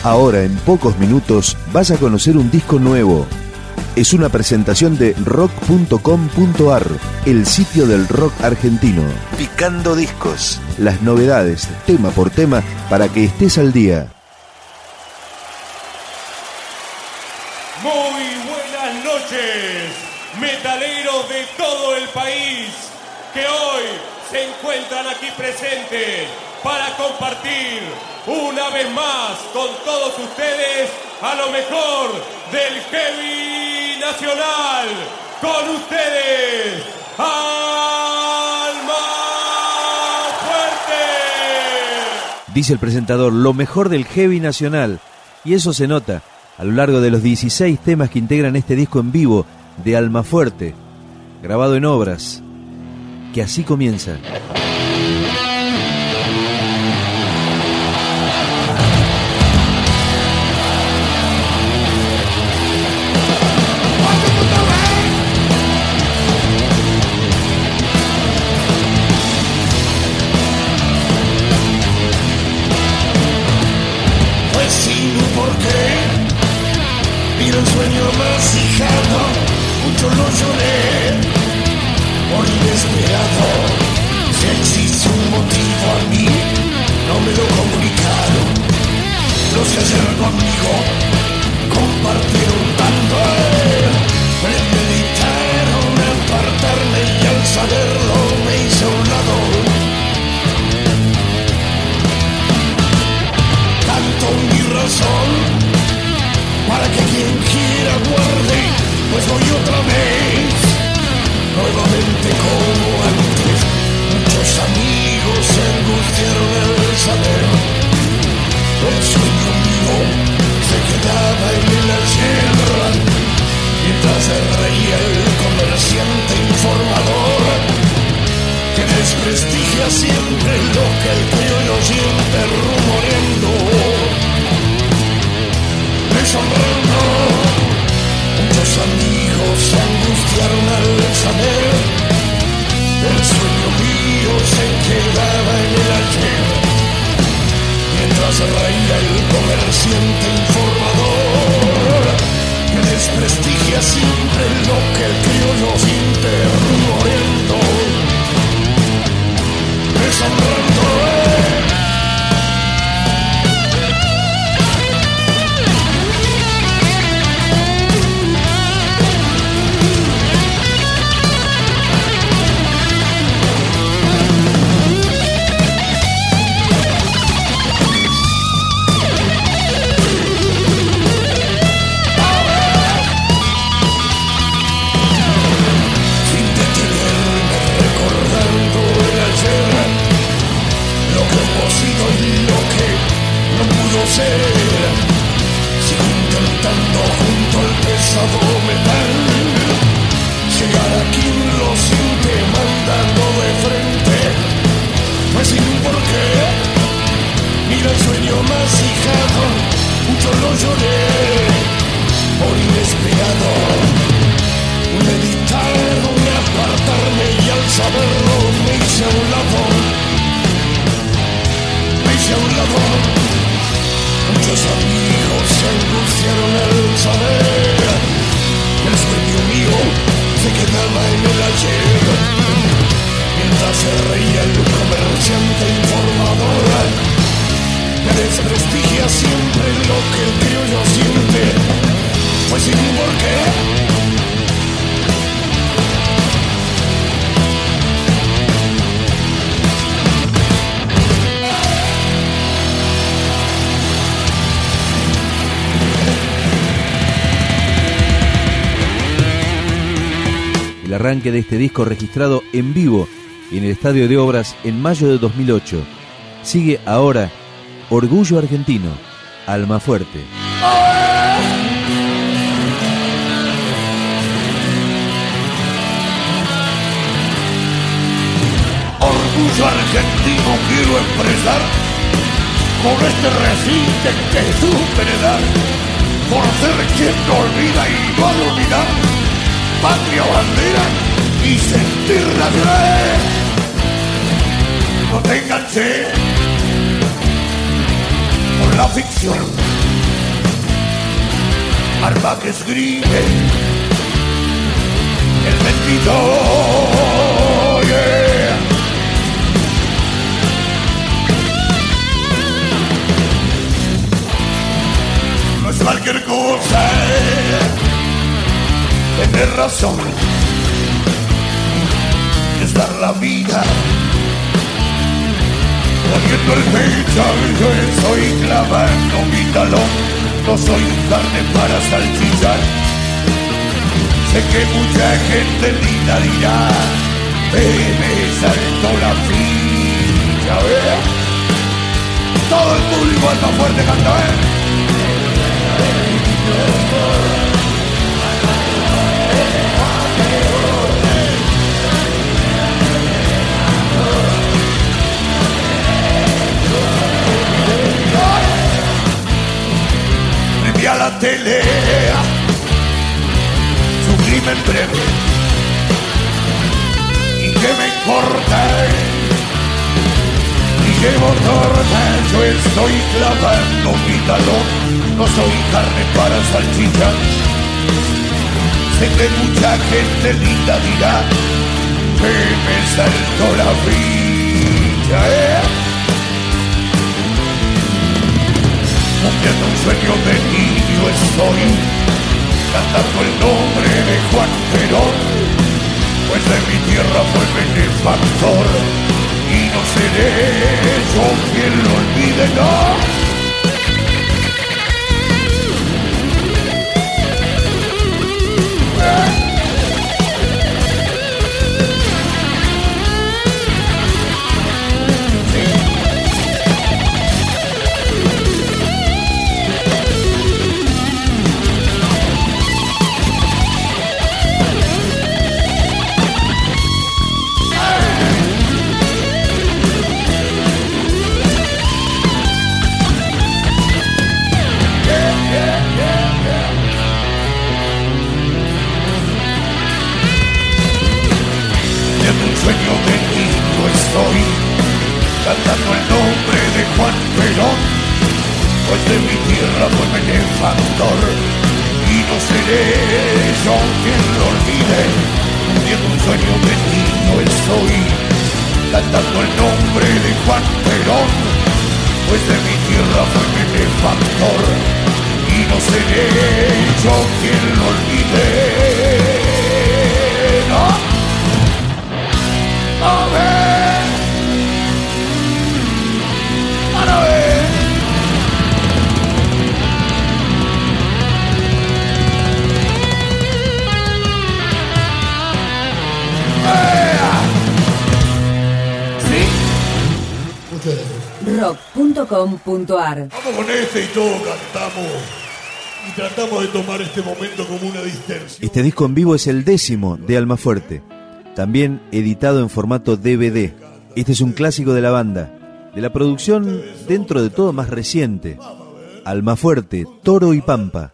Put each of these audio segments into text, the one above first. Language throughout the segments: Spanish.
Ahora, en pocos minutos, vas a conocer un disco nuevo. Es una presentación de rock.com.ar, el sitio del rock argentino. Picando discos. Las novedades, tema por tema, para que estés al día. Muy buenas noches, metaleros de todo el país, que hoy se encuentran aquí presentes para compartir una vez más con todos ustedes a lo mejor del heavy nacional. Con ustedes, Alma Fuerte. Dice el presentador, lo mejor del heavy nacional. Y eso se nota a lo largo de los 16 temas que integran este disco en vivo de Alma Fuerte, grabado en Obras, que así comienza. El sueño más hijado, mucho lo lloré, por inesperado. Si existe un motivo a mí, no me lo comunicaron. Los que ayer conmigo compartieron tanto, premeditaron apartarme y al saberlo me hice a un lado. Tanto mi razón para que quien quiera guarde, pues voy otra vez, nuevamente como antes. Muchos amigos se angustiaron al saber, el sueño mío se quedaba en el ayer, mientras se reía el comerciante informador, que desprestigia siempre lo que el criollo siempre rumoreando. Sonriendo, muchos amigos se angustiaron al saber, el sueño mío se quedaba en el ayer, mientras reía el comerciante informador, que desprestigia siempre lo que el criollo siente rumoreando. Sonriendo, sigo intentando junto al pesado metal llegar a quien lo siente mandando de frente, pues sin por qué. Mira el sueño más hijado, mucho lo lloré por inesperado, meditaron de apartarme y al saberlo me hice a un lado, me hice a un lado. Muchos amigos se angustiaron al saber que el sueño mío se quedaba en el ayer, mientras se reía el comerciante informador, que desprestigia siempre lo que el criollo siente, pues sin por qué. El arranque de este disco registrado en vivo en el Estadio de Obras en mayo de 2008. Sigue ahora Orgullo Argentino, Alma Fuerte. Orgullo argentino quiero expresar con este recinte que supe heredar, por ser quien no olvida y no ha de olvidar, patria, bandera y sentir nacional. No te enganché con la ficción arma que escribe el mentidor. Yeah. No es cualquier cosa, tener razón, es dar la vida. Poniendo el pecho, yo estoy clavando mi talón. No soy carne para salchichar. Sé que mucha gente linda dirá, me saltó la ficha, ¿eh? Todo el público Almafuerte canta, ¿eh? A la tele, su crimen breve, y que me importa, y llevo torta, yo estoy clavando mi talón, no soy carne para salchicha. Sé que mucha gente linda dirá que me saltó la ficha, cumpliendo un sueño de niño estoy, cantando el nombre de Juan Perón, pues de mi tierra fue benefactor, y no seré yo quien lo olvide, no. Cantando el nombre de Juan Perón, pues de mi tierra fue benefactor, y no seré yo quien lo olvide. Cumpliendo un sueño de niño estoy, cantando el nombre de Juan Perón, pues de mi tierra fue benefactor, y no seré yo quien lo olvide. No. A ver. Rock.com.ar. Vamos con este y todo cantamos y tratamos de tomar este momento como una distensión. Este disco en vivo es el 10º de Almafuerte, también editado en formato DVD. Este es un clásico de la banda, de la producción dentro de todo más reciente. Almafuerte, Toro y Pampa.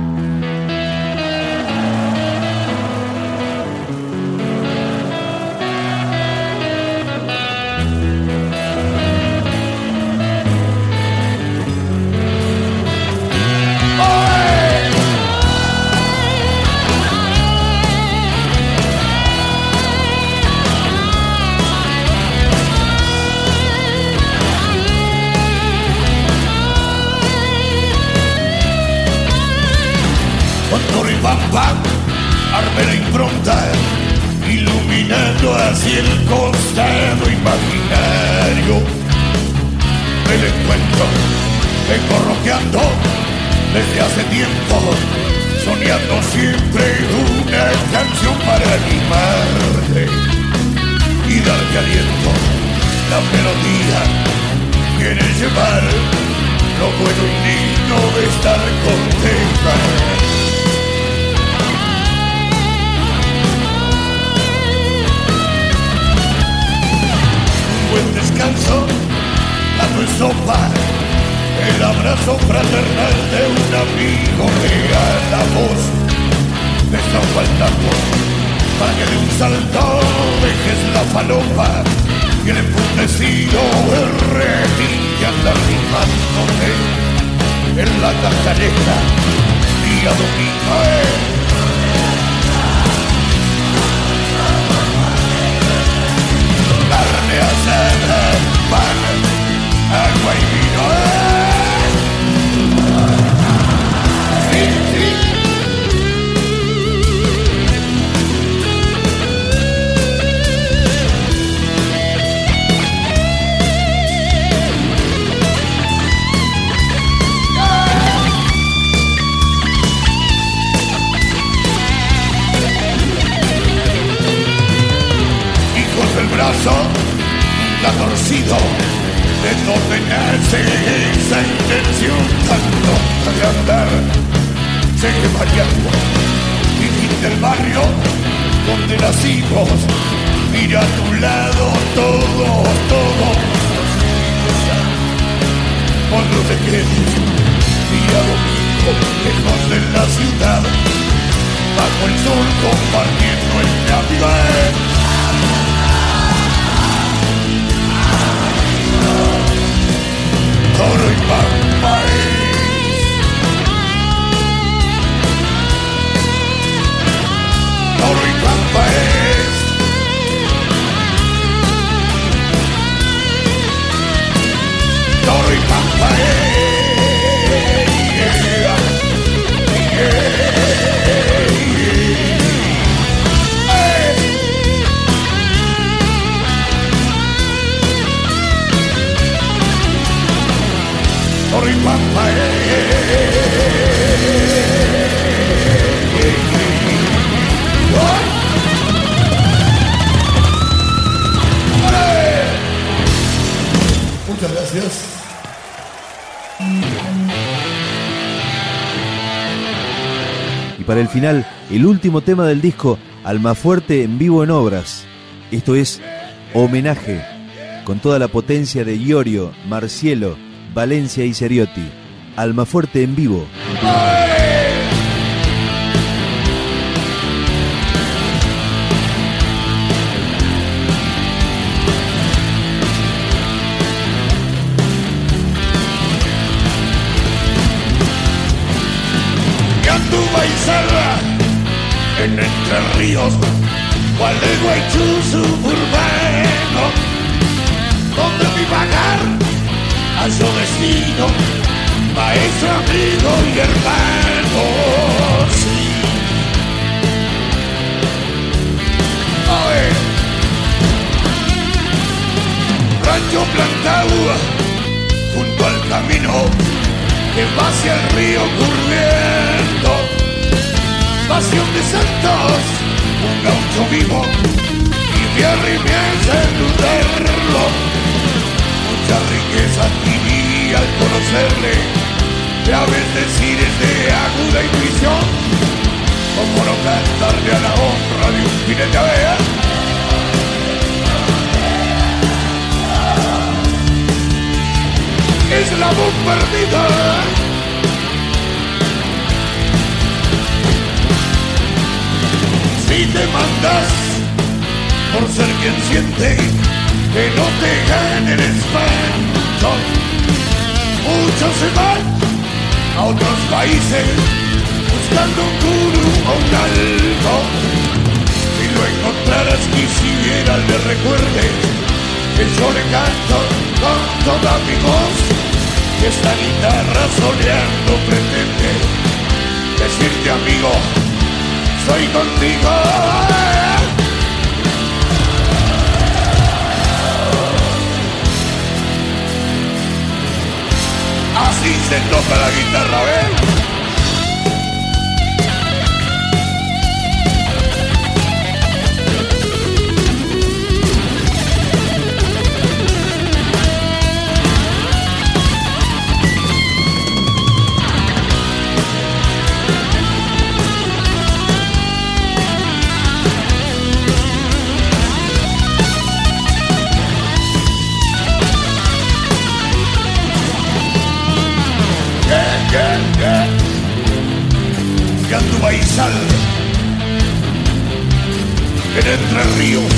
Arme la impronta, iluminando hacia el costado imaginario. El encuentro, vengo rockeando desde hace tiempo, soñando siempre una canción para animarte y darte aliento. La melodía quiere llevar lo bueno y digno de estar contenta. Buen descanso, plato y sopa, el abrazo fraternal de un amigo regala voz. Te están faltando para que de un salto dejes la falopa y el emputecido el retín que anda rimándote en la cajareta y día domingo, carne asada, pan, agua y vino, sí, sí. El brazo la torcido, de donde nace esa intención tan tonta de andar, se variando, vivir del barrio donde nacimos, mira a tu lado todo, cuando te quedes, día domingo, lejos de la ciudad, bajo el sol compartiendo el Navidad. Toro y Pampa Toro y Pampa Toro y Pampa Toro y Pampa Muchas gracias. Y para el final, el último tema del disco, Almafuerte en vivo en obras. Esto es Homenaje, con toda la potencia de Iorio, Marcielo, Valencia y Seriotti. Almafuerte en vivo. Baizarra en Entre Ríos, Gualeguaychú suburbano, donde mi vagar halló destino, maestro, amigo y hermano, sí. Oye, rancho plantado junto al camino que va hacia el río curviendo, pasión de santos, un gaucho vivo, y me arrimé a saludarlo. Muchas riquezas viví al conocerle, graves decires de aguda intuición, como no cantarle a la honra de un jinete a vea. Es la voz perdida. Si te mandas por ser quien siente que no te gane el espanto, muchos se van a otros países buscando un gurú o un algo. Si lo encontraras quisiera le recuerde que yo le canto con toda mi voz, que esta guitarra soleando pretende decirte, amigo, soy contigo. Así se toca la guitarra, ¿ves? Baizal en Entre Ríos,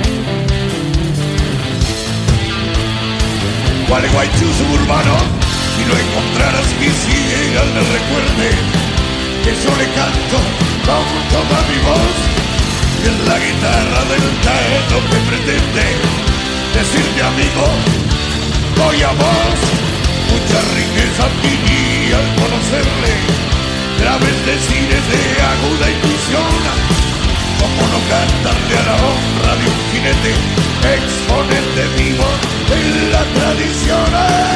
Gualeguaychú suburbano, Si lo encontraras quisiera le recuerde que yo le canto con toda mi voz. Y es la guitarra del taeno que pretende decirte amigo, voy a vos. Mucha riqueza adquirí al conocerle, graves decires de aguda intuición. Como no cantarle a la honra de un jinete, exponente vivo de la tradición.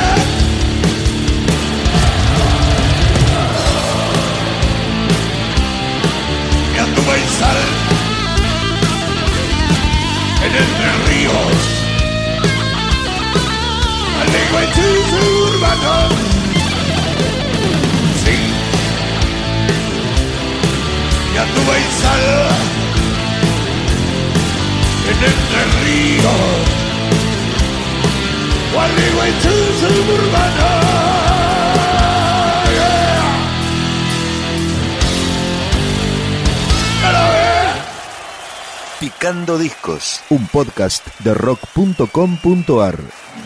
Me anduve en sal en Entre Ríos, alegüeches urbanos. Sí, me anduve en sal en Entre Ríos, alegüeches urbanos. Picando Discos, un podcast de rock.com.ar.